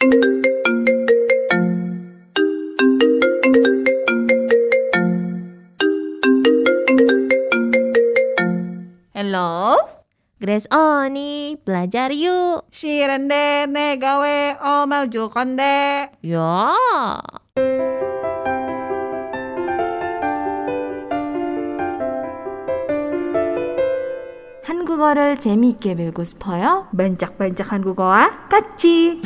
Hello? Grace Oni, belajar yuk. 싫은데 내가 왜 엄마 줄 건데? Ya. 한국어를 재미있게 배우고 싶어요? 반짝반짝 한국어와 같이.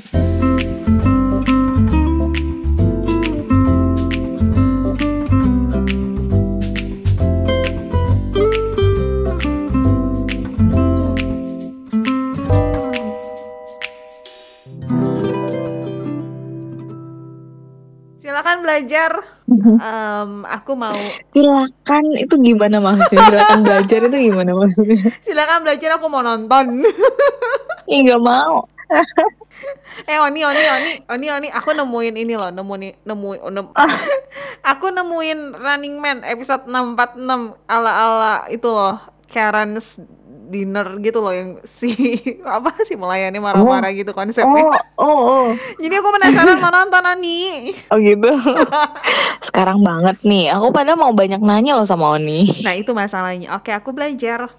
Silakan belajar. Aku mau. Silakan itu gimana maksudnya? Silakan belajar itu gimana maksudnya? Silakan belajar, aku mau nonton. Ih, nggak mau. Oni, aku nemuin ini loh, aku nemuin Running Man episode 646 ala itu loh, Karen's dinner gitu loh, yang si apa sih melayani marah-marah gitu konsepnya. Oh. Jadi aku penasaran mau nonton, Oni. Oh gitu. Sekarang banget nih. Aku padahal mau banyak nanya loh sama Oni. Nah itu masalahnya. Oke, aku belajar.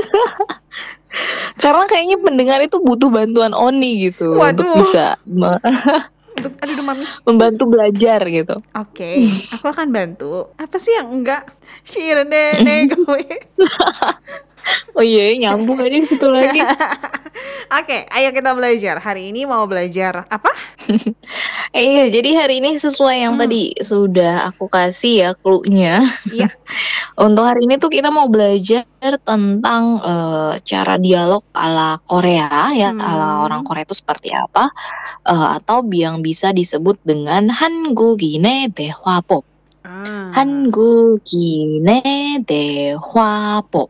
Karena kayaknya pendengar itu butuh bantuan Oni gitu. Waduh. Untuk bisa Aduh mami. membantu belajar gitu. Oke, aku akan bantu. Apa sih yang enggak? Shiren deh gue. Oh iya, nyambung aja di situ lagi. Oke, ayo kita belajar. Hari ini mau belajar apa? Iya, jadi hari ini sesuai yang tadi sudah aku kasih ya clue-nya. Iya. Untuk hari ini tuh kita mau belajar tentang cara dialog ala Korea ya, ala orang Korea itu seperti apa, atau yang bisa disebut dengan 한국인의 대화법. 한국인의 대화법.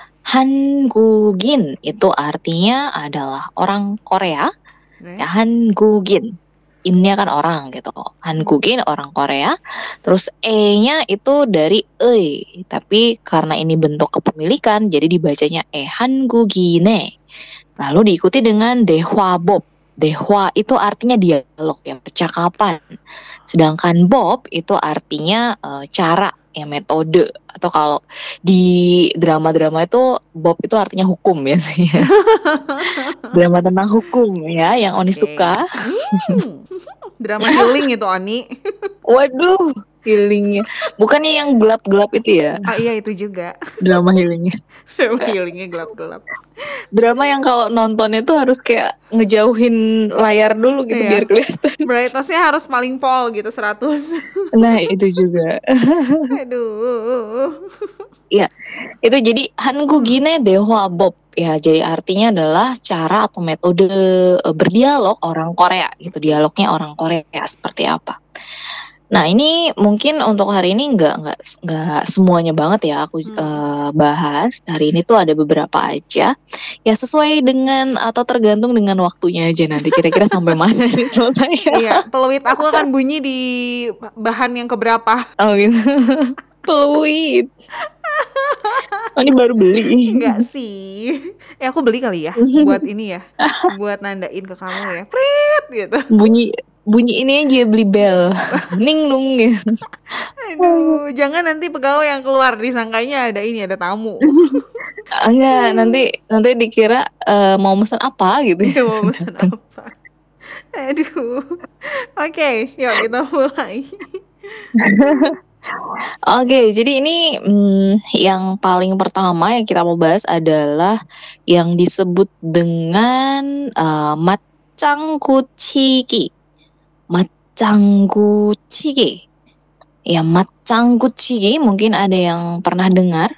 한국인 itu artinya adalah orang Korea. Ya, 한국인. Innya kan orang gitu. 한국인 orang Korea. Terus E-nya itu dari tapi karena ini bentuk kepemilikan jadi dibacanya 한국인의. Lalu diikuti dengan 대화법. 대화 itu artinya dialog ya, percakapan. Sedangkan 법 itu artinya cara ya, metode, atau kalau di drama-drama itu bob itu artinya hukum biasanya. Drama tentang hukum ya yang Oni suka. Drama healing itu, Oni. Waduh, healingnya bukannya yang gelap-gelap itu ya? Ah iya itu juga. Drama healingnya. Drama healingnya gelap-gelap. Drama yang kalau nontonnya tuh harus kayak ngejauhin layar dulu gitu biar kelihatan. Brightness-nya harus paling pol gitu 100. Nah itu juga. Aduh. Ya, itu jadi 한국인의 대화법 ya. Jadi artinya adalah cara atau metode berdialog orang Korea gitu. Dialognya orang Korea seperti apa. Nah ini mungkin untuk hari ini nggak semuanya banget ya aku bahas. Hari ini tuh ada beberapa aja. Ya sesuai dengan atau tergantung dengan waktunya aja nanti kira-kira sampai mana nih selesai. Iya, peluit aku akan bunyi di bahan yang keberapa. Oh gitu. Peluit. Oh ini baru beli. Enggak sih. Aku beli kali ya buat ini ya. Buat nandain ke kamu ya. Prit gitu. Bunyi ini aja, beli bel. Ning nung gitu. Aduh, jangan nanti pegawai yang keluar disangkanya ada tamu. Enggak, nanti dikira mau pesan apa gitu. Ya, mau pesan apa. Aduh. Oke, yuk kita mulai. Oke, jadi ini yang paling pertama yang kita mau bahas adalah yang disebut dengan 맞장구치기. 맞장구치기. Ya, 맞장구치기 mungkin ada yang pernah dengar.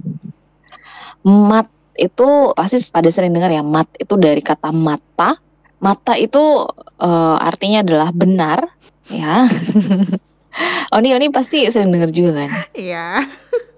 Mat itu pasti pada sering dengar ya. Mat itu dari kata mata. Mata itu artinya adalah benar, ya. Oni pasti sering dengar juga kan? Iya.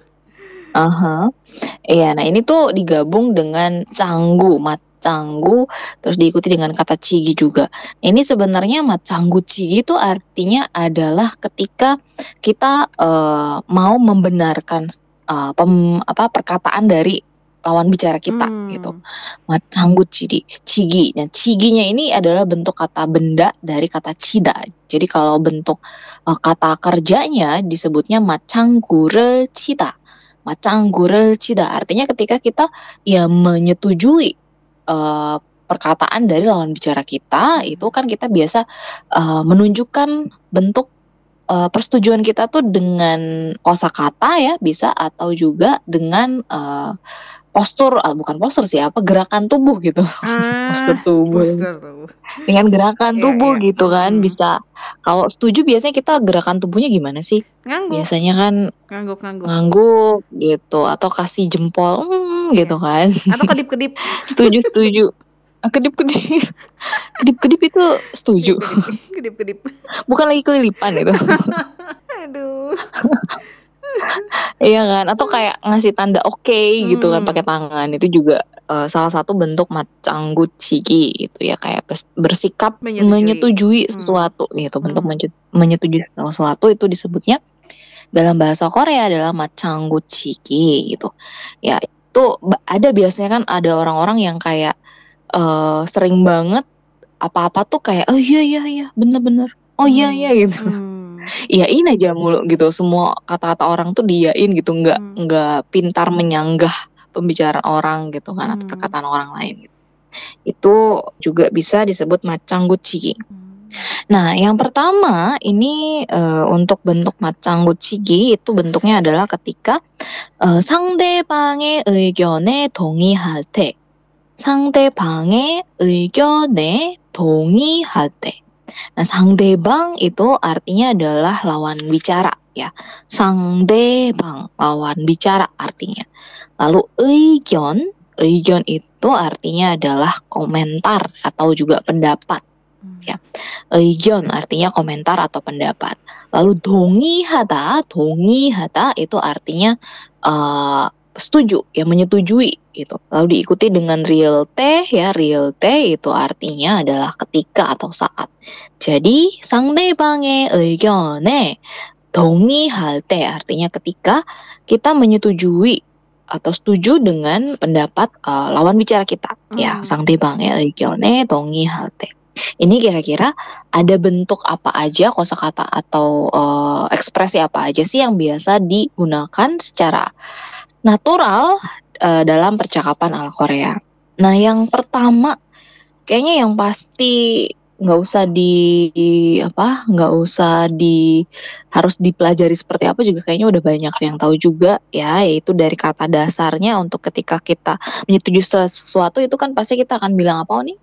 Iya, nah ini tuh digabung dengan canggu, matcanggu, terus diikuti dengan kata cigi juga. Ini sebenarnya matcanggu cigi itu artinya adalah ketika kita mau membenarkan perkataan dari lawan bicara kita gitu. Macanggut cigi. Nah, ciginya ini adalah bentuk kata benda dari kata cida. Jadi kalau bentuk kata kerjanya disebutnya macanggurel cida. Macanggurel cida artinya ketika kita ya menyetujui perkataan dari lawan bicara kita, itu kan kita biasa menunjukkan bentuk persetujuan kita tuh dengan kosakata ya bisa, atau juga dengan postur, bukan postur sih, gerakan tubuh gitu. Postur tubuh. Dengan gerakan tubuh gitu kan bisa. Kalau setuju biasanya kita gerakan tubuhnya gimana sih? Ngangguk. Biasanya kan ngangguk gitu, atau kasih jempol gitu kan. Atau kedip-kedip. Setuju. Kedip itu setuju. Kedip-kedip. Bukan lagi kelilipan itu. Aduh. Iya kan, atau kayak ngasih tanda oke gitu kan pakai tangan, itu juga salah satu bentuk macanggut cigi gitu ya, kayak bersikap menyetujui sesuatu gitu. Bentuk menyetujui sesuatu itu disebutnya dalam bahasa Korea adalah macanggut cigi gitu. Ya itu ada biasanya kan ada orang-orang yang kayak sering banget apa-apa tuh kayak oh iya bener-bener oh iya gitu. Iyain aja mulu gitu, semua kata-kata orang tuh diyain gitu, nggak pintar menyanggah pembicaraan orang gitu kan, atau perkataan orang lain gitu. Itu juga bisa disebut macanggut cigi. Nah, yang pertama ini untuk bentuk macanggut cigi itu bentuknya adalah ketika 상대방의 의견에 동의할 때, 상대방의 의견에 동의할 때. Nah, 상대방 itu artinya adalah lawan bicara ya. 상대방 lawan bicara artinya. Lalu 의견 itu artinya adalah komentar atau juga pendapat ya. 의견 artinya komentar atau pendapat. Lalu 동의하다 itu artinya setuju ya, menyetujui gitu. Lalu diikuti dengan realte ya, realte itu artinya adalah ketika atau saat. Jadi 상대방의 의견에 동의할 때 artinya ketika kita menyetujui atau setuju dengan pendapat lawan bicara kita ya, 상대방의 의견에 동의할 때. Ini kira-kira ada bentuk apa aja, kosakata atau ekspresi apa aja sih yang biasa digunakan secara natural dalam percakapan ala Korea. Nah, yang pertama kayaknya yang pasti harus dipelajari seperti apa juga kayaknya udah banyak yang tahu juga ya, yaitu dari kata dasarnya untuk ketika kita menyetujui sesuatu itu kan pasti kita akan bilang apa nih?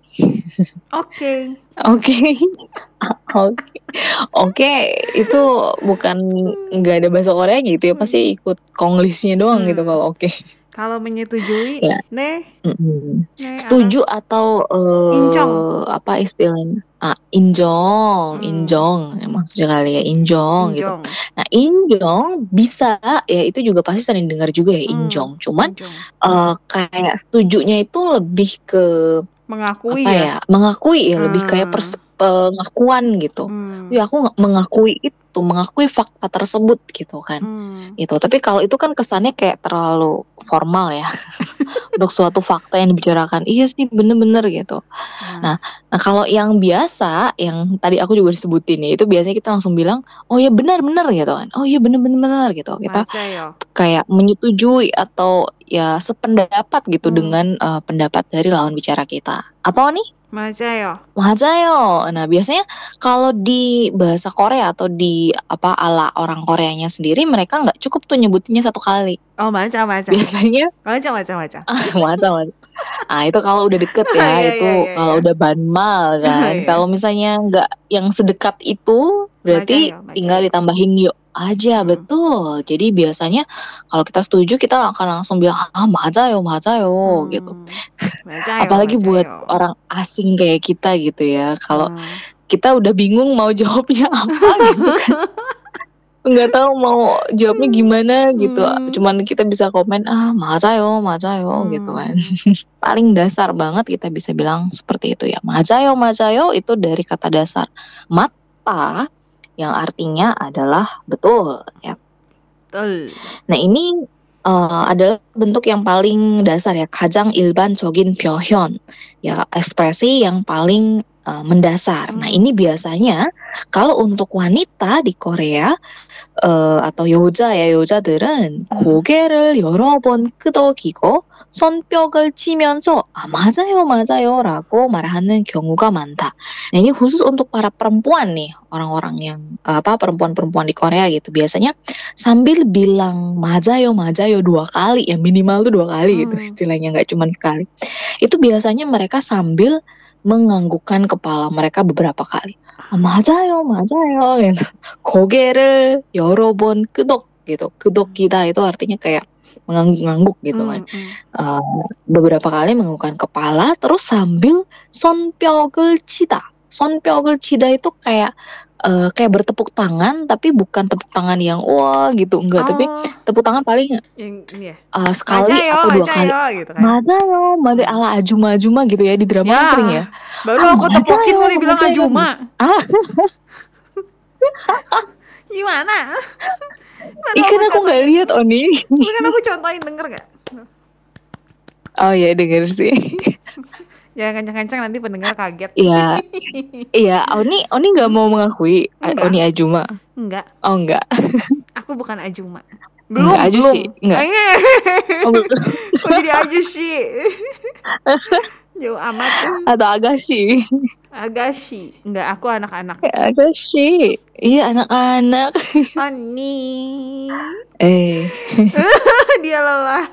Oke, itu bukan nggak ada bahasa Korea gitu ya, pasti ikut Konglishnya doang gitu kalau oke. Kalau menyetujui, ya. Setuju atau apa istilahnya? Injong maksudnya kali ya, injong gitu. Nah, injong bisa ya, itu juga pasti sering dengar juga ya, injong. Cuman kayak setujunya itu lebih ke mengakui lebih kayak pengakuan gitu. Ya aku mengakui fakta tersebut gitu kan. Itu. Tapi kalau itu kan kesannya kayak terlalu formal ya. Untuk suatu fakta yang dibicarakan, iya sih bener-bener gitu. Nah kalau yang biasa, yang tadi aku juga disebutin ya, itu biasanya kita langsung bilang, oh ya benar-benar gitu kan. Oh iya bener-bener gitu. Kita kayak menyetujui atau ya sependapat gitu dengan pendapat dari lawan bicara kita. Apa nih? 맞아요. Nah, biasanya kalau di bahasa Korea atau di ala orang Koreanya sendiri, mereka nggak cukup tuh nyebutinnya satu kali. Oh, 맞아. Biasanya 맞아. 맞아. Itu kalau udah deket ya, kalau udah banmal kan. Kalau misalnya nggak yang sedekat itu, berarti tinggal ditambahin yuk aja. Betul. Jadi biasanya kalau kita setuju, kita akan langsung bilang 맞아요 gitu. Apalagi buat orang asing kayak kita gitu ya, kalau kita udah bingung mau jawabnya apa gitu kan, nggak tahu mau jawabnya gimana gitu, cuman kita bisa komen 맞아요 gitu kan. Paling dasar banget kita bisa bilang seperti itu ya, 맞아요 itu dari kata dasar mata yang artinya adalah betul ya. Betul. Nah, ini adalah bentuk yang paling dasar ya, 가장 일반적인 표현. Ya, ekspresi yang paling mendasar. Nah, ini biasanya kalau untuk wanita di Korea atau 여자들은 고개를 여러 번 끄덕이고 손뼉을 치면서 맞아요라고 말하는 경우가 많다. Nah, ini khusus untuk para perempuan nih, orang-orang yang perempuan-perempuan di Korea gitu. Biasanya sambil bilang 맞아요 2 kali, ya minimal tuh 2 kali gitu istilahnya, nggak cuma sekali. Itu biasanya mereka sambil menganggukkan kepala mereka beberapa kali. 맞아요 gitu. 고개를 여러 번 끄덕 gitu. 끄덕이다 itu artinya kayak mengangguk-angguk gitu kan. Beberapa kali menganggukkan kepala terus sambil 손뼉을 치다. 손뼉을 치다 itu kayak bertepuk tangan, tapi bukan tepuk tangan yang wah gitu, enggak, tapi tepuk tangan paling yang ini ya. sekali 맞아요, atau 2 kali. gitu kan. 맞아요 ala ajuma-ajuma gitu ya, di drama kan sering ya. Baru aku tepukin 맞아요, lo dibilang 맞아요. ajuma. Ah, Gimana? ikan aku nggak lihat Oni. Kan aku contohin, denger gak? Oh iya denger sih. Jangan kencang-kencang nanti pendengar kaget. Iya, iya. Oni nggak mau mengakui Enggak. Oni Ajuma. Enggak, Oh enggak. aku bukan Ajuma. Enggak, Aju sih. Enggak. Oh, belum. Kok jadi Aju sih? Jauh amat. Atau Agashi. Agashi. Enggak, aku anak-anak. Agashi. Iya anak-anak. Oni. Dia lelah.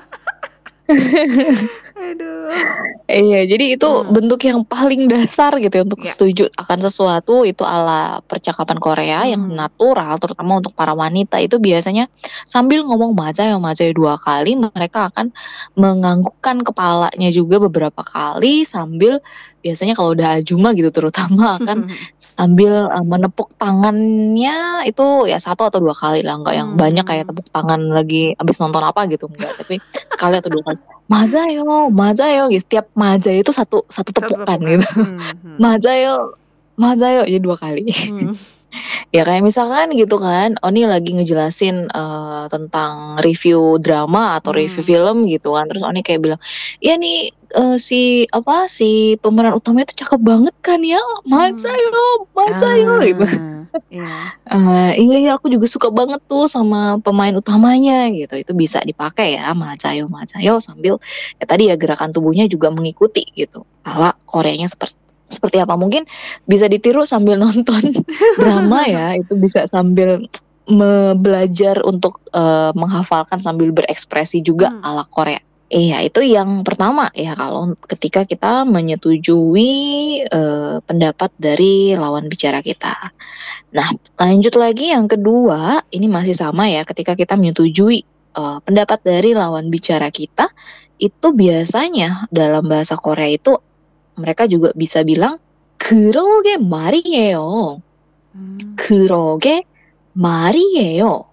Aduh. Iya, jadi itu bentuk yang paling dasar gitu ya untuk setuju akan sesuatu itu ala percakapan Korea yang natural, terutama untuk para wanita itu biasanya sambil ngomong 맞아요 2 kali, mereka akan menganggukkan kepalanya juga beberapa kali sambil biasanya kalau udah ajuma gitu terutama akan sambil menepuk tangannya itu ya 1 atau 2 kali lah, enggak yang banyak kayak tepuk tangan lagi abis nonton apa gitu, enggak, tapi sekali atau 2 kali. 맞아요 gitu. Setiap 맞아요 itu satu tepukan gitu. 맞아요 ya 2 kali. Ya kayak misalkan gitu kan, Oni lagi ngejelasin tentang review drama atau review film gitu kan, terus Oni kayak bilang, ya nih si pemeran utama itu cakep banget kan ya, 맞아요 gitu. Iya aku juga suka banget tuh sama pemain utamanya gitu. Itu bisa dipakai ya, 맞아요 sambil ya tadi ya gerakan tubuhnya juga mengikuti gitu. Ala Koreanya seperti apa, mungkin bisa ditiru sambil nonton drama ya, itu bisa sambil belajar untuk menghafalkan sambil berekspresi juga ala Korea. Iya, itu yang pertama ya kalau ketika kita menyetujui pendapat dari lawan bicara kita. Nah, lanjut lagi yang kedua, ini masih sama ya, ketika kita menyetujui pendapat dari lawan bicara kita, itu biasanya dalam bahasa Korea itu mereka juga bisa bilang 그러게 말이에요. 그러게 말이에요.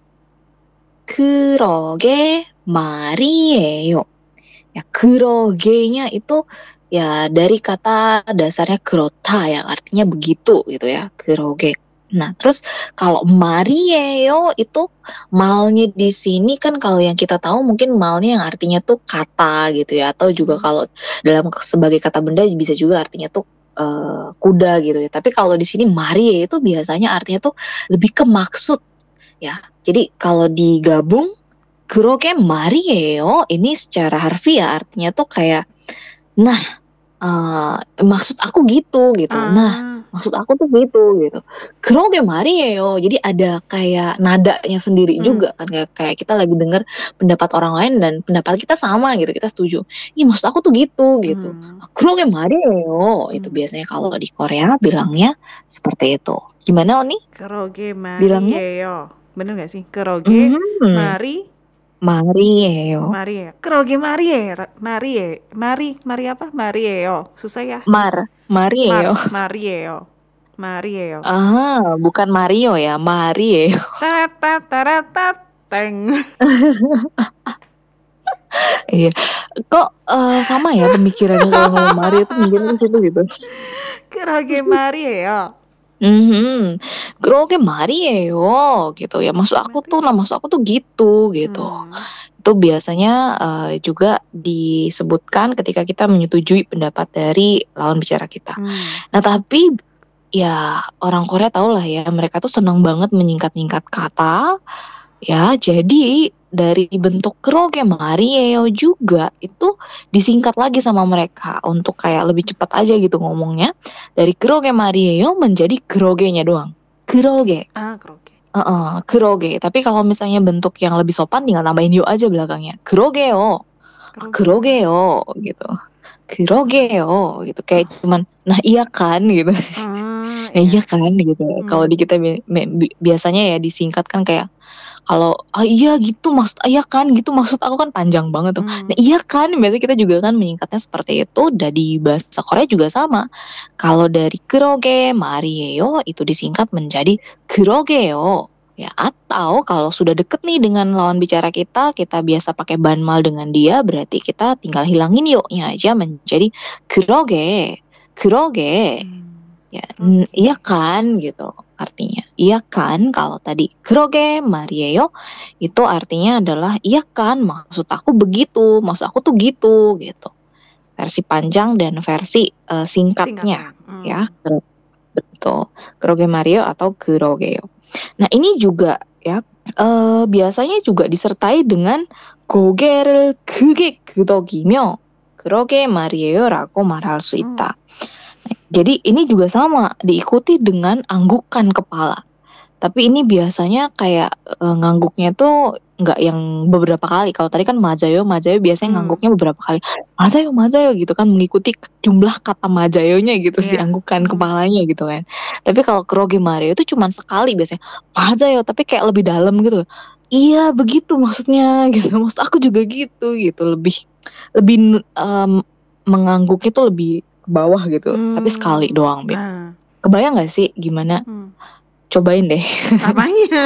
그러게 말이에요. Ya, 그러게nya itu ya dari kata dasarnya 그렇다 yang artinya begitu gitu ya, 그러게. Nah, terus kalau 말이에요 itu malnya di sini kan kalau yang kita tahu mungkin malnya yang artinya tuh kata gitu ya, atau juga kalau dalam sebagai kata benda bisa juga artinya tuh kuda gitu ya. Tapi kalau di sini 말이에요 itu biasanya artinya tuh lebih ke maksud ya. Jadi kalau digabung 그러게 말이에요 ini secara harfiah artinya tuh kayak nah maksud aku gitu. Nah, maksud aku tuh gitu. 그러게 말이에요. Jadi ada kayak nadanya sendiri juga kan, kayak kita lagi dengar pendapat orang lain dan pendapat kita sama gitu, kita setuju. Ih, maksud aku tuh gitu. 그러게 말이에요. Itu biasanya kalau di Korea bilangnya seperti itu. Gimana Oni? 그러게 bilangnya? 말이에요. Bener gak sih? 그러게 말이에요. 그러게 말이에요. mari apa? 말이에요. Susah ya? 말이에요. 말이에요. Bukan Mario ya, 말이에요. Teng. Iya. Kok sama ya pemikirannya kalau ngomong Mario itu mikirnya ke situ gitu. 그러게 말이에요. 그러게 말이에요 gitu ya. Maksud aku tuh gitu. Itu biasanya juga disebutkan ketika kita menyetujui pendapat dari lawan bicara kita. Nah, tapi ya orang Korea tau lah ya, mereka tuh senang banget menyingkat-nyingkat kata. Ya, jadi dari bentuk 그러게 말이에요 juga itu disingkat lagi sama mereka untuk kayak lebih cepat aja gitu ngomongnya. Dari 그러게 말이에요 menjadi 그러게nya doang. 그러게. 그러게. 그러게. Tapi kalau misalnya bentuk yang lebih sopan tinggal tambahin yo aja belakangnya. 그러게요. 그러게요 gitu. 그러게요 gitu. Kayak cuman nah iya kan gitu. Nah, iya kan gitu. Kalau di kita biasanya ya disingkatkan kayak kalau iya gitu maksud iya kan gitu maksud aku kan panjang banget tuh. Nah, iya kan berarti kita juga kan menyingkatnya seperti itu. Dan di bahasa Korea juga sama. Kalau dari 그러게 말이에요 itu disingkat menjadi 그러게요. Ya, atau kalau sudah deket nih dengan lawan bicara kita biasa pakai banmal dengan dia, berarti kita tinggal hilangin yo-nya aja menjadi 그러게. Ya, iya kan gitu artinya. Iya kan kalau tadi 그러게 말이에요 itu artinya adalah iya kan maksud aku begitu, maksud aku tuh gitu. Versi panjang dan versi singkatnya. Ya. Betul. 그러게 말이에요 atau 그러게요. Nah, ini juga ya biasanya juga disertai dengan 고개를 크게 끄덕이며 그러게 말이에요라고 말할 수 있다. Jadi ini juga sama, diikuti dengan anggukan kepala. Tapi ini biasanya kayak ngangguknya tuh nggak yang beberapa kali. Kalau tadi kan majayo biasanya ngangguknya beberapa kali. Majayo gitu kan, mengikuti jumlah kata majayonya gitu sih, anggukan kepalanya gitu kan. Tapi kalau 그러게 말이에요 itu cuma sekali biasanya. Majayo, tapi kayak lebih dalam gitu. Iya begitu maksudnya gitu. Maksud aku juga gitu. Lebih mengangguknya tuh lebih ke bawah gitu, tapi sekali doang, Bin. Kebayang gak sih gimana? Cobain deh. Apanya?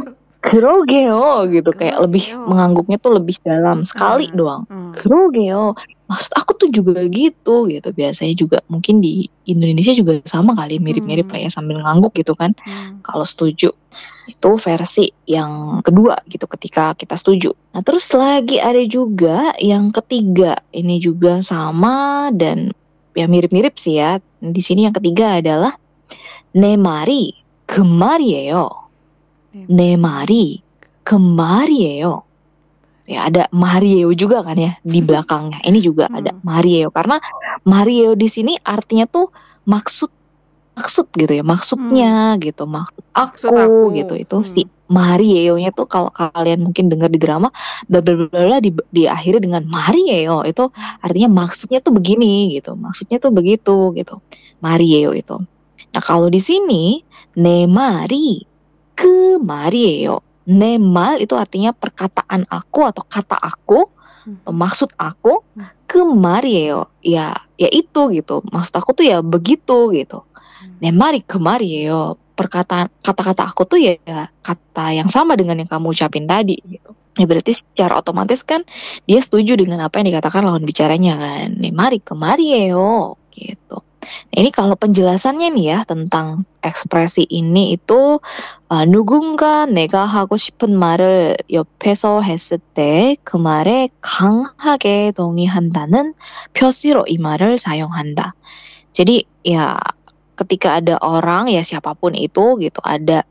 그러게요 gitu, kayak lebih mengangguknya tuh lebih dalam, sekali doang. 그러게요. Maksud aku tuh juga gitu. Biasanya juga mungkin di Indonesia juga sama kali, mirip-mirip lah ya sambil ngangguk gitu kan. Kalau setuju. Itu versi yang kedua gitu ketika kita setuju. Nah, terus lagi ada juga yang ketiga. Ini juga sama dan ya mirip-mirip sih ya. Di sini yang ketiga adalah 내 말이 그 말이에요. 내 말이 그 말이에요. Ya ada Mario juga kan ya di belakangnya. Ini juga ada Mario karena Mario di sini artinya tuh maksud gitu ya, maksudnya gitu, maksud aku gitu. Itu si Mario-nya tuh kalau kalian mungkin dengar di drama diakhiri dengan Mario, itu artinya maksudnya tuh begini gitu, maksudnya tuh begitu gitu. Mario itu. Nah, kalau di sini 내 말이 그 말이에요. 내 말 itu artinya perkataan aku atau kata aku atau maksud aku. 그 말이에요. Ya itu gitu. Maksud aku tuh ya begitu gitu. 내 말이 그 말이에요. Kata-kata aku tuh ya kata yang sama dengan yang kamu ucapin tadi gitu. Ya berarti secara otomatis kan dia setuju dengan apa yang dikatakan lawan bicaranya kan. 내 말이 그 말이에요 gitu. Nah, ini kalau penjelasannya nih ya tentang ekspresi ini itu 누군가 내가 하고 싶은 말을 옆에서 했을 때 그 말에 강하게 동의한다는 표시로 이 말을 사용한다. Jadi ya ketika ada orang ya siapapun itu gitu ada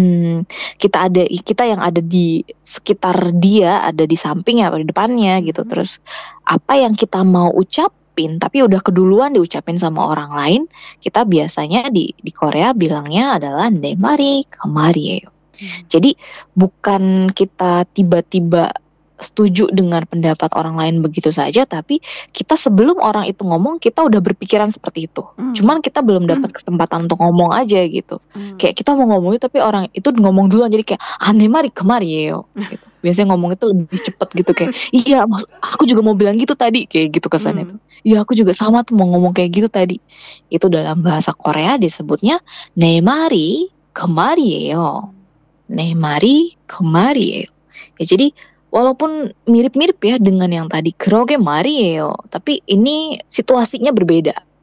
kita yang ada di sekitar dia, ada di sampingnya atau di depannya gitu, terus apa yang kita mau ucapin tapi udah keduluan diucapin sama orang lain, kita biasanya di Korea bilangnya adalah 내 말이 그 말이에요. Jadi bukan kita tiba-tiba setuju dengan pendapat orang lain begitu saja, tapi kita sebelum orang itu ngomong kita udah berpikiran seperti itu. Cuman kita belum dapat kesempatan untuk ngomong aja gitu. Kayak kita mau ngomong tapi orang itu ngomong duluan, jadi kayak 내 말이 그 말이에요 gitu. Biasanya ngomong itu lebih cepet gitu kayak iya aku juga mau bilang gitu tadi, kayak gitu kesannya tuh. Iya aku juga sama tuh mau ngomong kayak gitu tadi. Itu dalam bahasa Korea disebutnya 내 말이 그 말이에요. 내 말이 그 말이에요. Ya, jadi walaupun mirip-mirip ya dengan yang tadi 그러게 말이에요, tapi ini situasinya berbeda.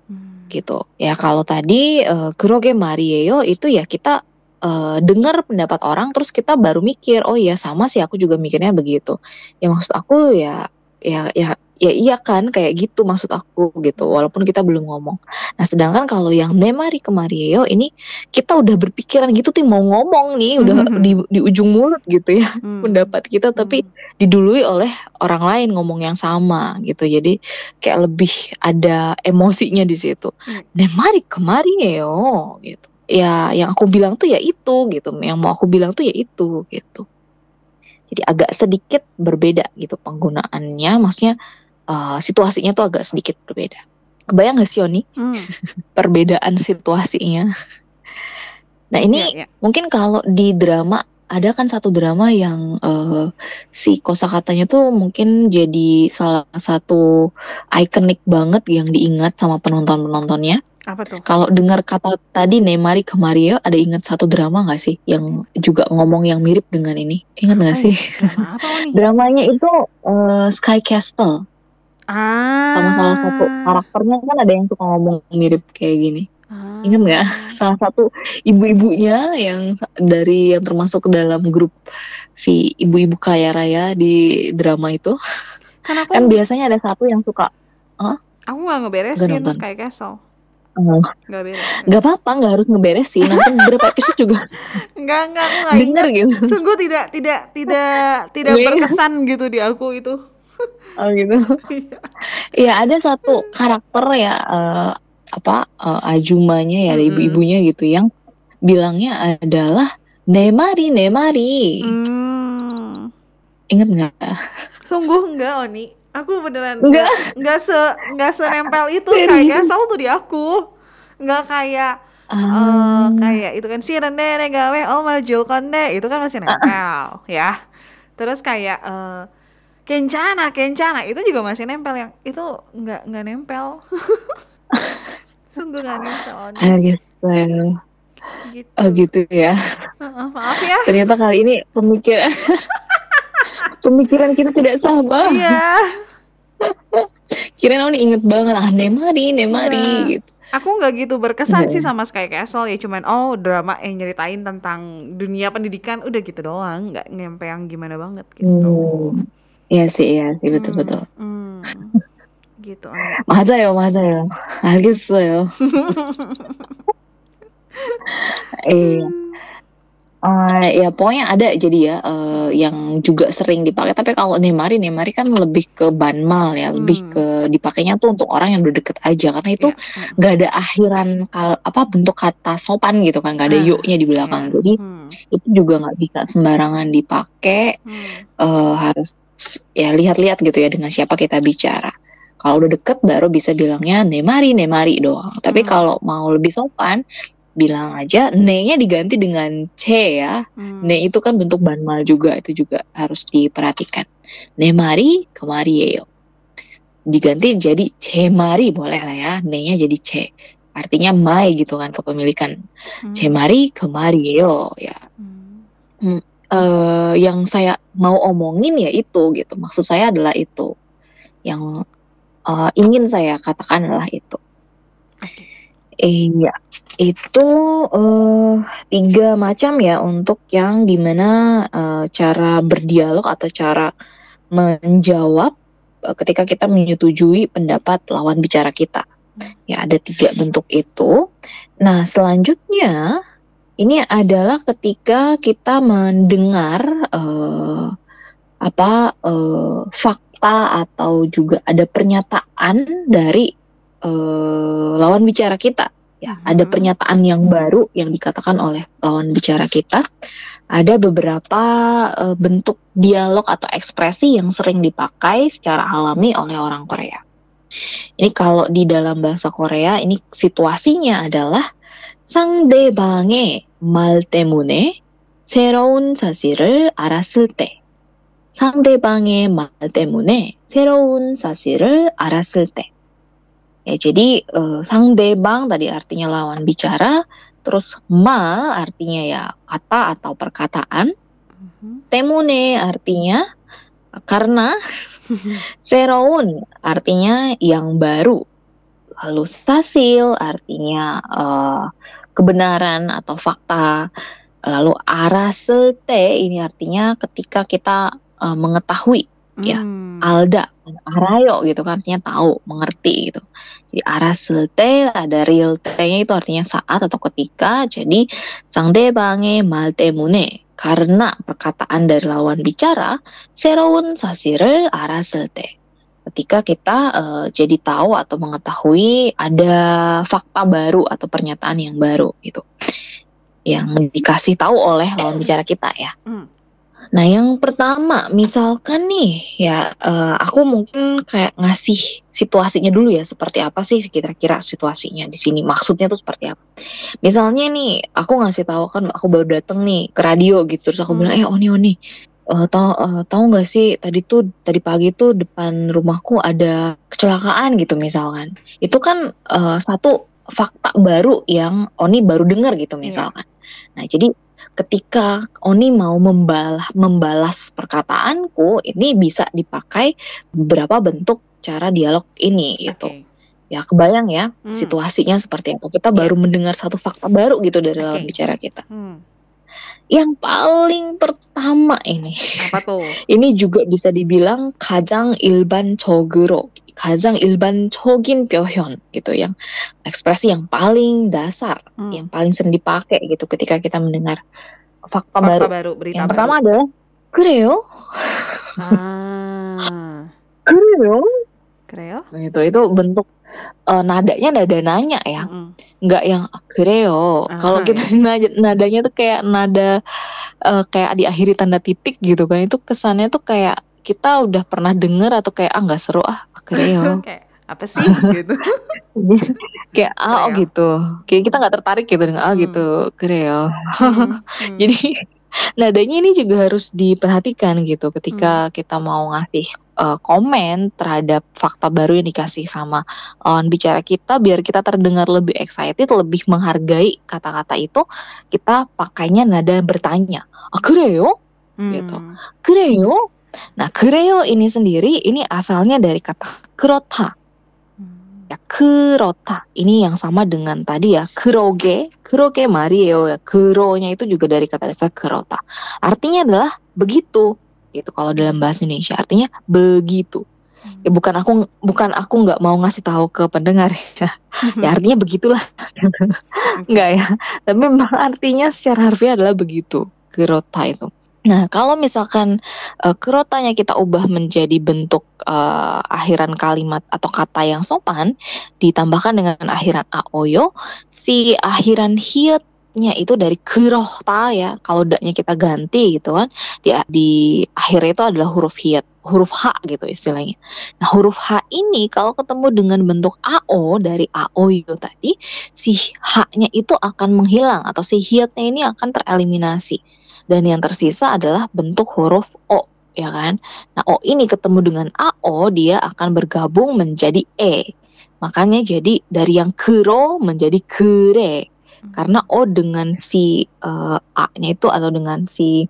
gitu. Ya kalau tadi 그러게 말이에요 itu ya kita dengar pendapat orang terus kita baru mikir, oh iya sama sih aku juga mikirnya begitu. Ya maksud aku ya iya kan kayak gitu maksud aku gitu walaupun kita belum ngomong. Nah sedangkan kalau yang ne mari ke Mario ini kita udah berpikiran gitu tuh mau ngomong nih udah di ujung mulut gitu ya pendapat kita tapi didului oleh orang lain ngomong yang sama gitu. Jadi kayak lebih ada emosinya di situ. Ne mari ke Mario gitu. Ya yang aku bilang tuh ya itu gitu, yang mau aku bilang tuh ya itu gitu. Jadi agak sedikit berbeda gitu penggunaannya, maksudnya situasinya tuh agak sedikit berbeda. Kebayang gak sih Yoni? Perbedaan situasinya. Nah ini mungkin kalau di drama, ada kan satu drama yang si kosakatanya tuh mungkin jadi salah satu ikonik banget yang diingat sama penonton-penontonnya. Apa tuh? Kalau dengar kata tadi ne mari ke Mario, ada ingat satu drama gak sih yang juga ngomong yang mirip dengan ini? Ingat gak sih? Drama apa nih? Dramanya itu Sky Castle. Sama salah satu karakternya kan ada yang suka ngomong mirip kayak gini. Ingat gak? Salah satu ibu-ibunya yang termasuk ke dalam grup si ibu-ibu kaya raya di drama itu. Kan biasanya ada satu yang suka. Aku gak ngeberesin Sky Castle. Gak beres. Gak apa-apa, gak harus ngeberesin. Nanti beberapa episode juga. Enggak, aku gak denger ingat. gitu. Sungguh tidak berkesan gitu di aku itu. Oh gitu. Ya ada satu karakter ya ajumanya ya, ada ibu-ibunya gitu yang bilangnya adalah ne mari. Ingat nggak? Sungguh enggak, Oni. Aku beneran enggak senempel itu Sky Castle tuh di aku. Enggak kayak kayak itu kan si Rene gawe maju konde itu kan masih nempel ya. Terus kayak Kencana itu juga masih nempel, yang itu enggak nempel. Sungguh enggak nempel, Oni. Gitu. Oh gitu ya. Maaf ya. Ternyata kali ini pemikiran kita tidak sama. Iya. Kirain Oni inget banget ne mari gitu. Aku nggak gitu berkesan sih sama Sky Castle ya, cuman drama yang nyeritain tentang dunia pendidikan udah gitu doang, nggak nyampe yang gimana banget gitu. Iya sih betul. Gitu. 맞아요. 알겠어요. Ya pokoknya ada jadi ya yang juga sering dipakai. Tapi kalau ne mari kan lebih ke banmal ya, lebih ke dipakainya tuh untuk orang yang udah deket aja, karena itu nggak ada akhiran bentuk kata sopan gitu kan, nggak ada yuknya di belakang. Jadi itu juga nggak bisa sembarangan dipakai. Harus ya lihat-lihat gitu ya dengan siapa kita bicara. Kalau udah deket baru bisa bilangnya ne mari doang. Tapi kalau mau lebih sopan bilang aja ne-nya diganti dengan c ya. Ne itu kan bentuk banmal juga, itu juga harus diperhatikan. Ne mari ke Mario. Diganti jadi c mari boleh lah ya. Ne-nya jadi c. Artinya mai gitu kan, kepemilikan. C mari ke Mario ya. Yang saya mau omongin ya itu gitu. Maksud saya adalah itu. Yang ingin saya katakan adalah itu. Iya, itu 3 macam ya untuk yang dimana cara berdialog atau cara menjawab ketika kita menyetujui pendapat lawan bicara kita. Ya ada 3 bentuk itu. Nah selanjutnya ini adalah ketika kita mendengar fakta atau juga ada pernyataan dari lawan bicara kita ya. Ada pernyataan yang baru yang dikatakan oleh lawan bicara kita. Ada beberapa bentuk dialog atau ekspresi yang sering dipakai secara alami oleh orang Korea. Ini kalau di dalam bahasa Korea ini situasinya adalah 상대방의 말 때문에 새로운 사실을 알았을 때. 상대방의 말 때문에 새로운 사실을 알았을 때. Ya, jadi 상대방 tadi artinya lawan bicara, terus 말 artinya ya kata atau perkataan, 때문에 artinya karena, 새로운 artinya yang baru, Lalu sasil artinya kebenaran atau fakta. Lalu arasete ini artinya ketika kita mengetahui, ya. Alda, arayo gitu kan artinya tahu, mengerti gitu. Jadi arasete ada real te-nya itu artinya saat atau ketika. Jadi 상대방의 말 때문에 karena perkataan dari lawan bicara 새로운 사실을 알았을 때. Ketika kita jadi tahu atau mengetahui ada fakta baru atau pernyataan yang baru gitu, yang dikasih tahu oleh lawan bicara kita ya. Nah yang pertama misalkan nih ya aku mungkin kayak ngasih situasinya dulu ya, seperti apa sih kira-kira situasinya di sini, maksudnya tuh seperti apa. Misalnya nih aku ngasih tahu kan aku baru dateng nih ke radio gitu, terus aku bilang Oni tahu nggak sih tadi pagi tuh depan rumahku ada kecelakaan gitu misalkan. Itu kan satu fakta baru yang Oni baru dengar gitu misalkan. Nah jadi ketika Oni mau membalas perkataanku, ini bisa dipakai beberapa bentuk cara dialog ini gitu. Ya kebayang ya situasinya seperti apa. Kita baru mendengar satu fakta baru gitu dari lawan bicara kita. Yang paling pertama ini, apa tuh? Ini juga bisa dibilang 가장 일반적으로, 가장 일반적인 표현 gitu, yang ekspresi yang paling dasar, yang paling sering dipakai gitu ketika kita mendengar fakta baru. Berita yang baru. pertama adalah 그래요? Kreo? Gitu, itu bentuk nadanya nada nanya ya, nggak yang 그래요. Kalau kita nadanya tuh kayak nada kayak diakhiri tanda titik gitu kan, itu kesannya tuh kayak kita udah pernah denger atau kayak nggak seru 그래요. Kayak apa sih gitu. Kayak gitu, kayak kita nggak tertarik gitu dengan gitu 그래요. Jadi nadanya ini juga harus diperhatikan gitu ketika kita mau ngasih komen terhadap fakta baru yang dikasih sama lawan bicara kita, biar kita terdengar lebih excited, lebih menghargai kata-kata itu, kita pakainya nada bertanya. 그래요? Gitu. 그래요? Nah, 그래요 ini sendiri ini asalnya dari kata 그렇다. Ya, 그렇다. Ini yang sama dengan tadi ya, 그러게 말이에요 ya. 그러nya itu juga dari kata dasar 그렇다. Artinya adalah begitu. Gitu kalau dalam bahasa Indonesia artinya begitu. Ya bukan aku nggak mau ngasih tahu ke pendengar ya. Ya artinya begitulah. Enggak ya. Tapi memang artinya secara harfiah adalah begitu. 그렇다 itu. Nah, kalau misalkan kerotanya kita ubah menjadi bentuk akhiran kalimat atau kata yang sopan, ditambahkan dengan akhiran aoyo, si akhiran hiatnya itu dari kerota ya. Kalau daknya kita ganti gitu kan, di akhirnya itu adalah huruf hiat, huruf H gitu istilahnya. Nah, huruf H ini kalau ketemu dengan bentuk AO dari aoyo tadi, si H-nya itu akan menghilang atau si hiatnya ini akan tereliminasi. Dan yang tersisa adalah bentuk huruf O, ya kan? Nah, O ini ketemu dengan AO, dia akan bergabung menjadi E. Makanya jadi dari yang kero menjadi kere. Karena O dengan si A-nya itu atau dengan si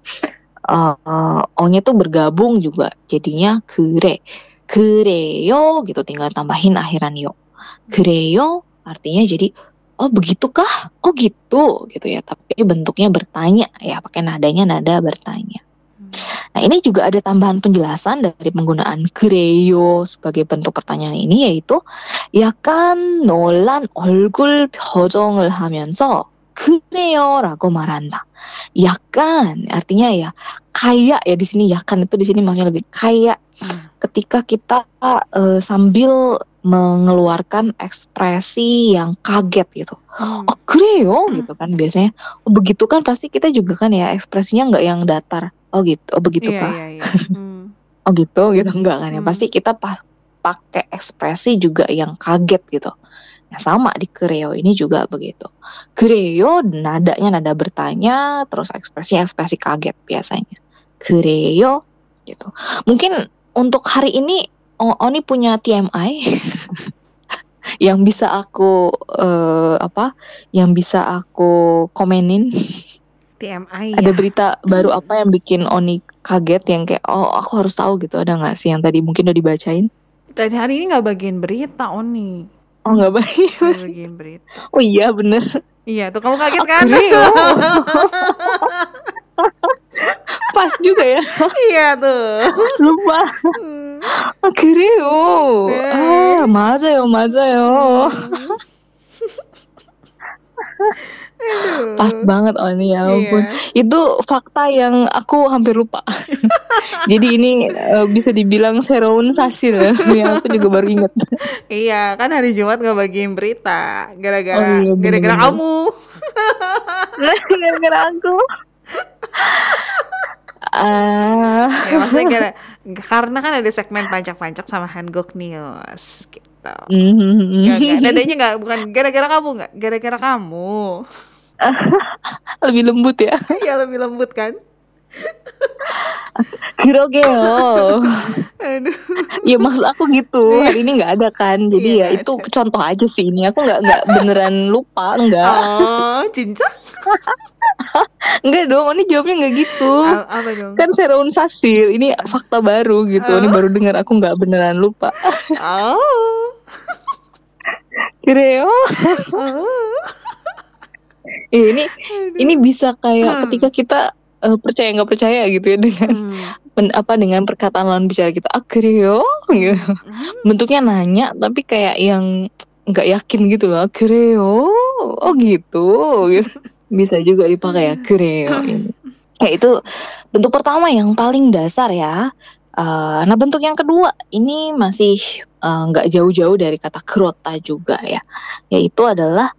O-nya itu bergabung juga. Jadinya kere. Kereyo gitu, tinggal tambahin akhiran yo. Kereyo artinya jadi oh begitukah? Oh gitu ya. Tapi bentuknya bertanya ya, pakai nadanya nada bertanya. Nah ini juga ada tambahan penjelasan dari penggunaan 그래요 sebagai bentuk pertanyaan ini, yaitu 약간 놀란 얼굴 표정을 하면서 그래요라고 말한다. 약간 artinya ya kayak ya, di sini yakan itu di sini maksudnya lebih kayak ketika kita sambil mengeluarkan ekspresi yang kaget gitu. Oh 그래요 gitu kan biasanya. Oh begitu kan pasti kita juga kan ya ekspresinya nggak yang datar. Oh gitu, oh begitu kah? Iya. Oh gitu enggak kan ya. Pasti kita pakai ekspresi juga yang kaget gitu. Nah sama di 그래요 ini juga begitu. 그래요 nadanya nada bertanya, terus ekspresi kaget biasanya. 그래요 gitu. Mungkin untuk hari ini Oni punya TMI yang bisa aku yang bisa aku komenin. TMI Ada ya. berita baru apa yang bikin Oni kaget, yang kayak aku harus tahu gitu, ada nggak sih yang tadi mungkin udah dibacain? Tadi hari ini nggak bagian berita Oni. Oh nggak bagiin. Nggak bagiin berita. Oh iya bener. Iya tuh kamu kaget kan? Akhirnya pas juga ya. Iya tuh. Lupa. Hmm. Akhirnya 맞아요. Pas banget Oni, ya ampun. Iya. Itu fakta yang aku hampir lupa. Jadi ini bisa dibilang 새로운 사실 yang aku juga baru ingat. Iya, kan hari Jumat nggak bagiin berita Oh gara-gara iya gara-gara bener-bener. kamu. Gara-gara aku. Ah, Ya maksudnya karena kan ada segmen pancak-pancak sama Hanguk News gitu. Enggak. Nadanya bukan gara-gara kamu, nggak gara-gara kamu. lebih lembut ya. Ya lebih lembut kan. 그러게요. Aduh. Ya maksud aku gitu. Hari ini nggak ada kan. Jadi Iya, ya itu contoh aja sih ini. Aku nggak beneran lupa, nggak. Oh, cinca? Nggak dong. Ini jawabnya nggak gitu. Apa dong? Kan 새로운 사실. Ini fakta baru gitu. Ini baru dengar. Aku nggak beneran lupa. Oh. 그래요? Oh. Ini bisa kayak ketika kita percaya nggak percaya gitu ya dengan perkataan lawan bicara kita. 그래요? Gitu. Bentuknya nanya tapi kayak yang nggak yakin gitu loh. 그래요? Oh gitu. Bisa juga dipakai ya. 그래요. Ya itu bentuk pertama yang paling dasar ya. Nah bentuk yang kedua ini masih nggak jauh-jauh dari kata 그렇다 juga ya. Yaitu adalah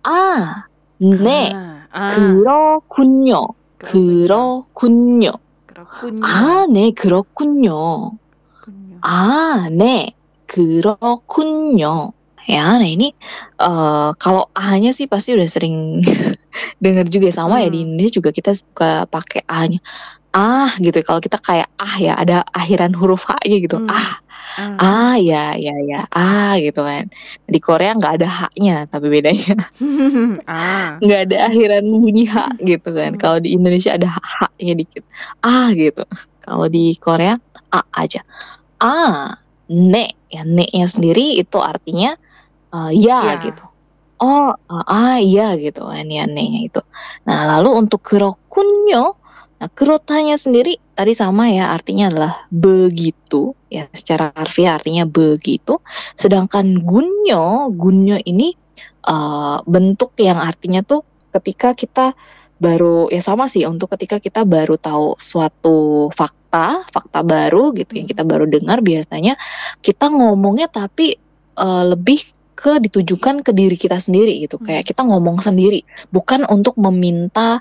네, 그렇군요. 그렇군요. 네, 그렇군요. 네, 그렇군요. Ya, nah ini kalau A-nya sih pasti udah sering dengar juga sama ya di Indonesia juga kita suka pakai A-nya. Gitu. Kalau kita kayak ya ada akhiran huruf H-nya gitu. Ya, gitu kan. Di Korea nggak ada H-nya, tapi bedanya nggak ada akhiran bunyi H gitu kan. Kalau di Indonesia ada H-nya dikit. Gitu. Kalau di Korea A aja. Ne, ya ne-nya sendiri itu artinya ya gitu. Iya gitu kan ya ne-nya itu. Nah, lalu untuk 그렇군요. Nah, 그렇다nya sendiri tadi sama ya, artinya adalah begitu ya, secara harfiah artinya begitu. Sedangkan gunyo ini bentuk yang artinya tuh ketika kita baru ya sama sih untuk ketika kita baru tahu suatu fakta baru gitu yang kita baru dengar, biasanya kita ngomongnya tapi lebih ditujukan ke diri kita sendiri gitu. Kayak kita ngomong sendiri, bukan untuk meminta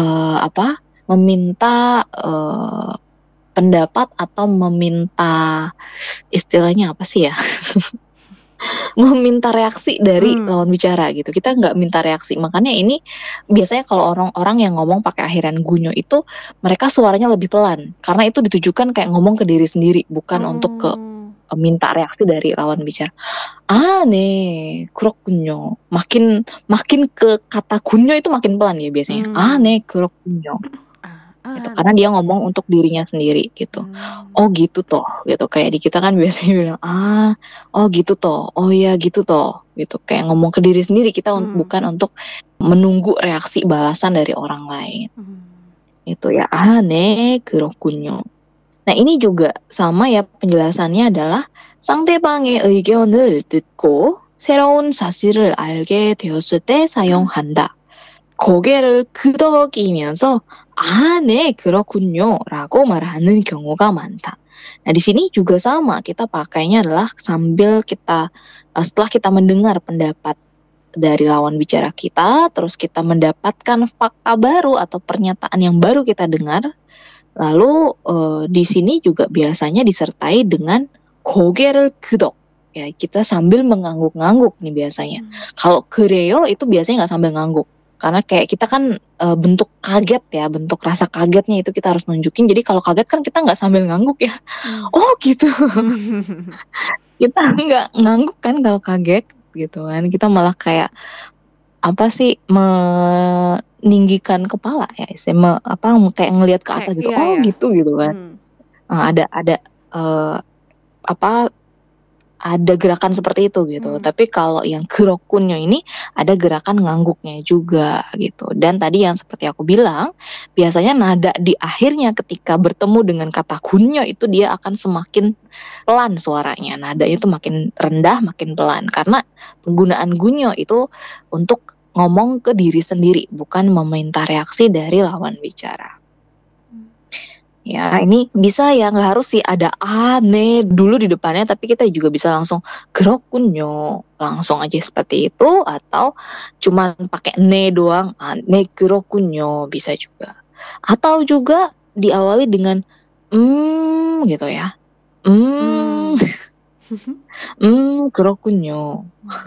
pendapat atau meminta istilahnya apa sih ya meminta reaksi dari lawan bicara gitu. Kita nggak minta reaksi. Makanya ini biasanya kalau orang-orang yang ngomong pakai akhiran gunyo itu mereka suaranya lebih pelan karena itu ditujukan kayak ngomong ke diri sendiri, bukan untuk ke minta reaksi dari lawan bicara. 네, 그렇군요. makin ke kata gunyo itu makin pelan ya biasanya. 네, 그렇군요. Gitu, karena dia ngomong untuk dirinya sendiri gitu. Oh gitu toh gitu. Kayak di kita kan biasanya bilang oh gitu toh, oh ya gitu toh gitu. Kayak ngomong ke diri sendiri, kita bukan untuk menunggu reaksi balasan dari orang lain. Itu ya. 네, 그렇군요. Nah ini juga sama ya, penjelasannya adalah 상대방의 의견을 듣고 새로운 사실을 알게 되었을 때 사용한다. 고개를 끄덕이면서 네, 그렇군요 라고 말하는 경우가 많다. Nah di sini juga sama, kita pakainya adalah sambil kita setelah kita mendengar pendapat dari lawan bicara kita, terus kita mendapatkan fakta baru atau pernyataan yang baru kita dengar, lalu di sini juga biasanya disertai dengan 고개를 끄덕. Ya kita sambil mengangguk-ngangguk nih biasanya. Kalau 그래요 itu biasanya nggak sambil ngangguk. Karena kayak kita kan bentuk kaget ya, bentuk rasa kagetnya itu kita harus nunjukin. Jadi kalau kaget kan kita nggak sambil ngangguk ya. Oh gitu. Kita nggak ngangguk kan kalau kaget gitu kan. Kita malah kayak apa sih, meninggikan kepala ya, kayak ngelihat ke atas gitu. ada gerakan seperti itu gitu. Tapi kalau yang 그렇군요 ini ada gerakan ngangguknya juga gitu. Dan tadi yang seperti aku bilang, biasanya nada di akhirnya ketika bertemu dengan kata kunyo itu dia akan semakin pelan suaranya. Nadanya itu makin rendah, makin pelan. Karena penggunaan gunyo itu untuk ngomong ke diri sendiri, bukan meminta reaksi dari lawan bicara. Ya, ini bisa ya, nggak harus sih ada ne dulu di depannya, tapi kita juga bisa langsung 그렇군요, langsung aja seperti itu, atau cuman pakai ne doang, ne 그렇군요, bisa juga. Atau juga diawali dengan gitu ya, 그렇군요,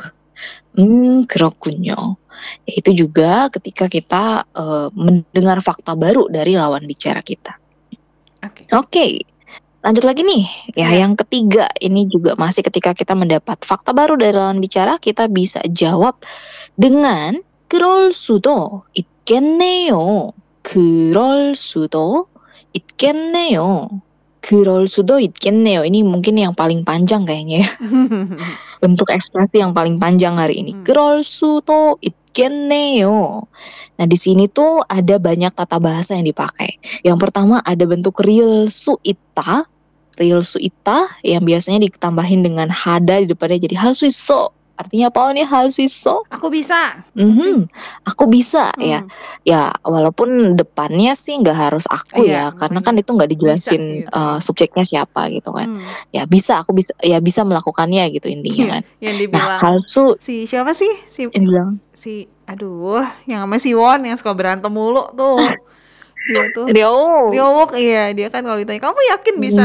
그렇군요. Ya, itu juga ketika kita mendengar fakta baru dari lawan bicara kita. Oke, lanjut lagi nih. Ya, yang ketiga ini juga masih ketika kita mendapat fakta baru dari lawan bicara, kita bisa jawab dengan 그럴 수도 있겠네요. 그럴 수도 있겠네요. 그럴 수도 있겠네요. Ini mungkin yang paling panjang kayaknya ya. Bentuk ekspresi yang paling panjang hari ini. 그럴 수도 있겠네요. Nah, di sini tuh ada banyak tata bahasa yang dipakai. Yang pertama ada bentuk real suita yang biasanya ditambahin dengan hada di depannya jadi hal suiso. Artinya apa nih hal suiso? Aku bisa. Aku bisa ya. Ya, walaupun depannya sih nggak harus aku ya, karena kan itu nggak dijelasin gitu. Subjeknya siapa gitu kan. Ya bisa, aku bisa, ya bisa melakukannya gitu intinya kan. Yang dibilang hal su si siapa sih? yang bilang Aduh, yang sama si Won yang suka berantem mulu tuh. Dia tuh Ryo. Iya, dia kan kalau ditanya kamu yakin bisa?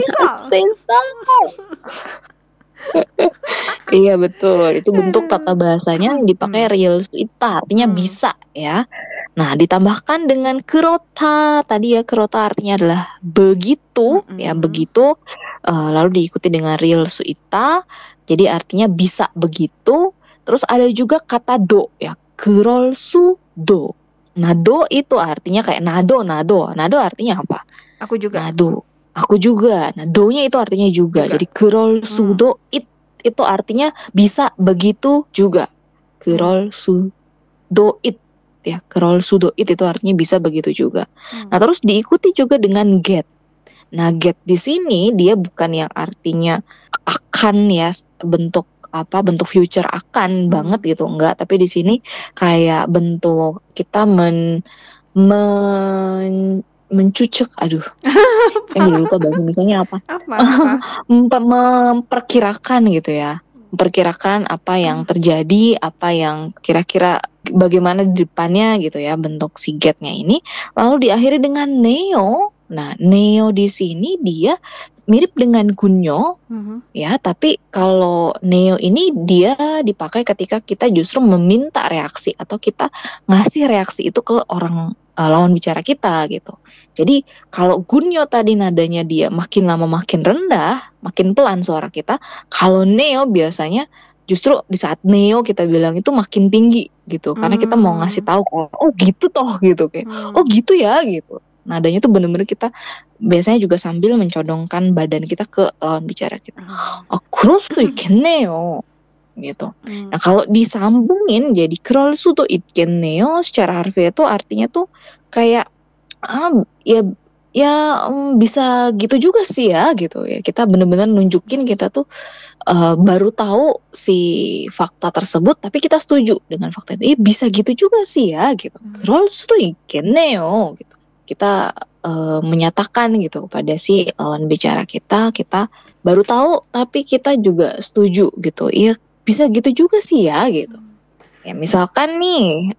Iya betul, itu bentuk tata bahasanya yang dipakai real suita, artinya bisa ya. Nah, ditambahkan dengan 그렇다, tadi ya 그렇다 artinya adalah begitu ya, begitu, lalu diikuti dengan real suita, jadi artinya bisa begitu. Terus ada juga kata do ya, 그럴 수도. Nah, do itu artinya kayak nado artinya apa? Aku juga. Nado. Aku juga. Nah, do-nya itu artinya juga. Jadi 그럴 수도 itu artinya bisa begitu juga. 그럴 수도 ya. 그럴 수도 itu artinya bisa begitu juga. Nah, terus diikuti juga dengan get. Nah, get di sini dia bukan yang artinya akan ya, bentuk future akan banget gitu, enggak, tapi di sini kayak bentuk kita mencucuk, jadi lupa bahasa misalnya apa? Memperkirakan gitu ya, memperkirakan apa yang terjadi, apa yang kira-kira bagaimana di depannya gitu ya, bentuk si get-nya ini, lalu diakhiri dengan neo. Nah, neo di sini dia mirip dengan gunyo ya, tapi kalau neo ini dia dipakai ketika kita justru meminta reaksi atau kita ngasih reaksi itu ke orang lawan bicara kita gitu. Jadi kalau gunyo tadi nadanya dia makin lama makin rendah, makin pelan suara kita. Kalau neo biasanya justru di saat neo kita bilang itu makin tinggi gitu, karena kita mau ngasih tahu oh gitu toh gitu, kayak oh gitu ya gitu. Nadanya tuh bener-bener kita biasanya juga sambil mencodongkan badan kita ke lawan bicara kita. 그럴 수도 있겠네요 gitu. Nah, kalau disambungin jadi 그럴 수도 있겠네요 secara harfiah itu artinya tuh kayak bisa gitu juga sih ya gitu ya. Kita bener-bener nunjukin kita tuh baru tahu si fakta tersebut, tapi kita setuju dengan fakta itu. Bisa gitu juga sih ya gitu. 그럴 수도 있겠네요 gitu. Kita menyatakan gitu pada si lawan bicara kita baru tahu tapi kita juga setuju gitu. Iya, bisa gitu juga sih ya gitu. Ya misalkan nih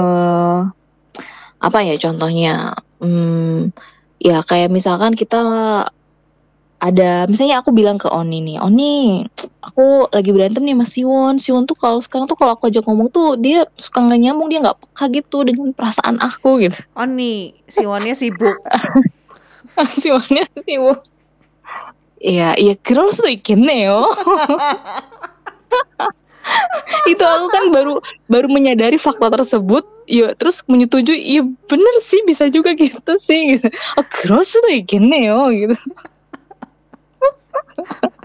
apa ya contohnya, ya kayak misalkan kita ada, misalnya aku bilang ke Oni nih, Oni, aku lagi berantem nih sama Siwon tuh kalau sekarang tuh kalau aku ajak ngomong tuh dia suka nggak nyambung, dia nggak peka gitu dengan perasaan aku gitu. Oni, Siwonnya sibuk. Siwonnya sibuk. Iya, 그럴 수도 있겠네요. Itu aku kan baru menyadari fakta tersebut, ya terus menyetujui, iya bener sih bisa juga gitu sih gitu. 그럴 수도 있겠네요 gitu.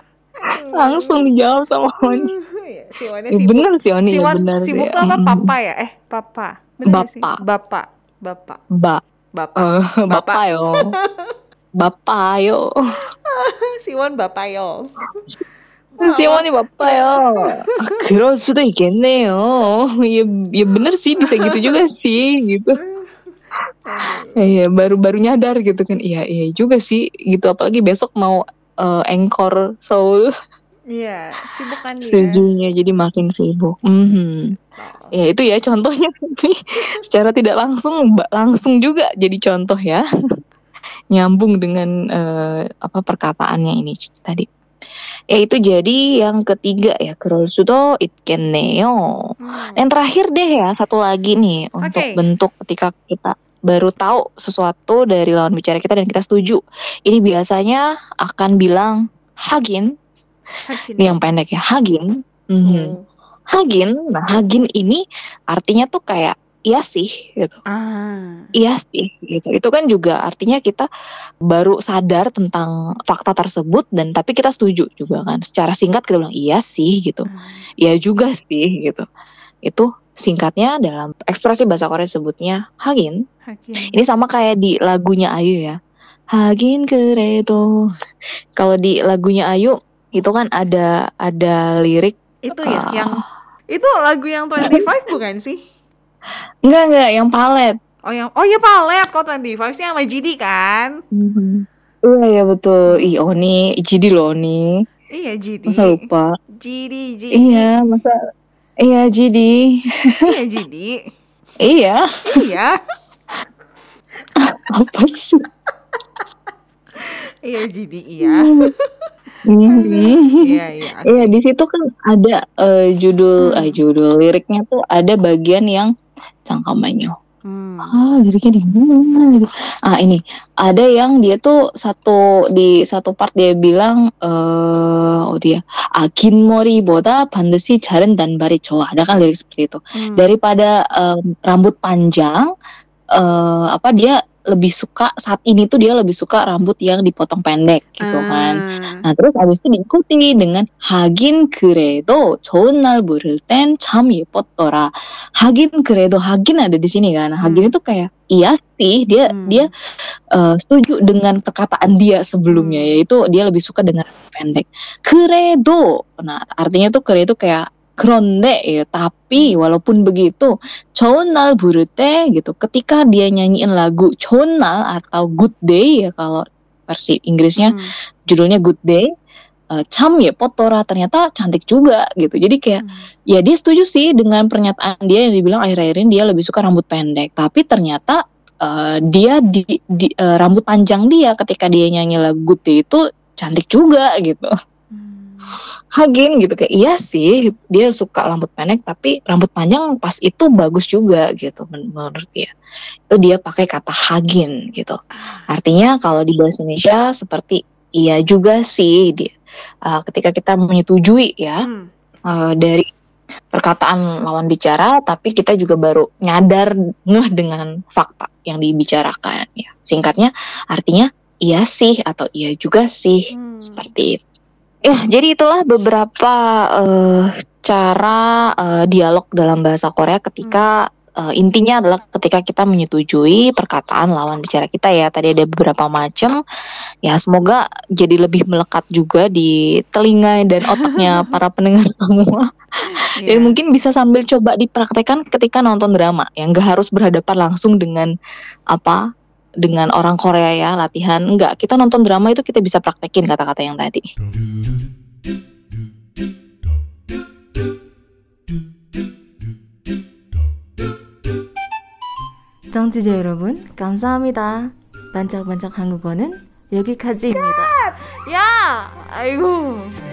Langsung dijawab sama Oni. Si Wannya Ya sibuk. bener sih Oni, Si ya Wan bener sibuk sih. tuh apa? Papa ya? Papa. Bener gak sih? Bapak. Bapak. Bapak. Bapak. yo. Bapak yo. Si Wan bapak yo. 지원이 바빠요. 그럴 수도 있겠네요. Ya bener sih, bisa gitu juga sih gitu. Iya, baru nyadar gitu kan. Iya juga sih gitu, apalagi besok mau Encore Seoul. Iya, sibuk kan dia. Sejunya jadi makin sibuk. Ya itu ya contohnya. Secara tidak langsung juga jadi contoh ya. Nyambung dengan perkataannya ini tadi. Ya itu jadi yang ketiga ya, 그럴 수도 있겠네요. Yang terakhir deh ya, satu lagi nih untuk bentuk ketika kita baru tahu sesuatu dari lawan bicara kita dan kita setuju. Ini biasanya akan bilang 하긴. Ini yang pendek ya, 하긴. 하긴. Nah, 하긴 ini artinya tuh kayak iya sih gitu. Iya sih gitu. Itu kan juga artinya kita baru sadar tentang fakta tersebut dan tapi kita setuju juga kan. Secara singkat kita bilang iya sih gitu. Iya juga sih gitu. Itu singkatnya dalam ekspresi bahasa Korea sebutnya 하긴. Ini sama kayak di lagunya Ayu ya. 하긴 그래도. Kalau di lagunya Ayu itu kan ada lirik itu ya yang itu lagu yang 25 bukan sih? Enggak, yang Palet. Oh ya Palet, kok 25 sih sama GD kan? Iya betul. Oni, GD loh Oni. Iya GD. Masa lupa? GD. Iya, Iya GD. Iya GD. Iya. Apa sih? Iya GD iya. Iya di situ kan ada judul liriknya tuh ada bagian yang 잠깐만요. Liriknya di mana? Ini ada yang dia tuh di satu part dia bilang dia 긴 머리보다 반드시 자른 단발이 좋아. Ada kan lirik seperti itu. Daripada rambut panjang dia lebih suka saat ini tuh dia lebih suka rambut yang dipotong pendek gitu kan. Nah terus abis itu diikuti dengan 하긴 그래도 좋은 날 부를 땐 참 예뻤더라. 하긴 그래도 하긴 ada di sini kan. 하긴 itu kayak iya sih dia setuju dengan perkataan dia sebelumnya yaitu dia lebih suka dengan rambut pendek. 그래도 nah artinya tuh 그래도 kayak 그런데 ya tapi walaupun begitu 좋은 날 부를 때 gitu ketika dia nyanyiin lagu 좋은 날 atau good day ya kalau versi Inggrisnya judulnya good day 참 예뻤더라 ternyata cantik juga gitu. Jadi kayak ya dia setuju sih dengan pernyataan dia yang dibilang akhir-akhir ini dia lebih suka rambut pendek tapi ternyata dia di rambut panjang dia ketika dia nyanyi lagu good day itu cantik juga gitu. Hagen gitu kayak iya sih dia suka rambut pendek tapi rambut panjang pas itu bagus juga gitu menurut dia. Itu dia pakai kata hagen gitu. Artinya kalau di bahasa Indonesia seperti iya juga sih dia. Ketika kita menyetujui ya dari perkataan lawan bicara tapi kita juga baru nyadar ngeh dengan fakta yang dibicarakan ya. Singkatnya artinya iya sih atau iya juga sih seperti itu. Ya, jadi itulah beberapa cara dialog dalam bahasa Korea ketika intinya adalah ketika kita menyetujui perkataan lawan bicara kita ya. Tadi ada beberapa macam. Ya, semoga jadi lebih melekat juga di telinga dan otaknya para pendengar semua. Dan mungkin bisa sambil coba dipraktekkan ketika nonton drama. Ya, nggak harus berhadapan langsung dengan dengan orang Korea ya latihan. Enggak, kita nonton drama itu kita bisa praktekin kata-kata yang tadi. 청취자 여러분, 감사합니다. 반짝반짝 한국어는 여기까지입니다. Ya, ayo.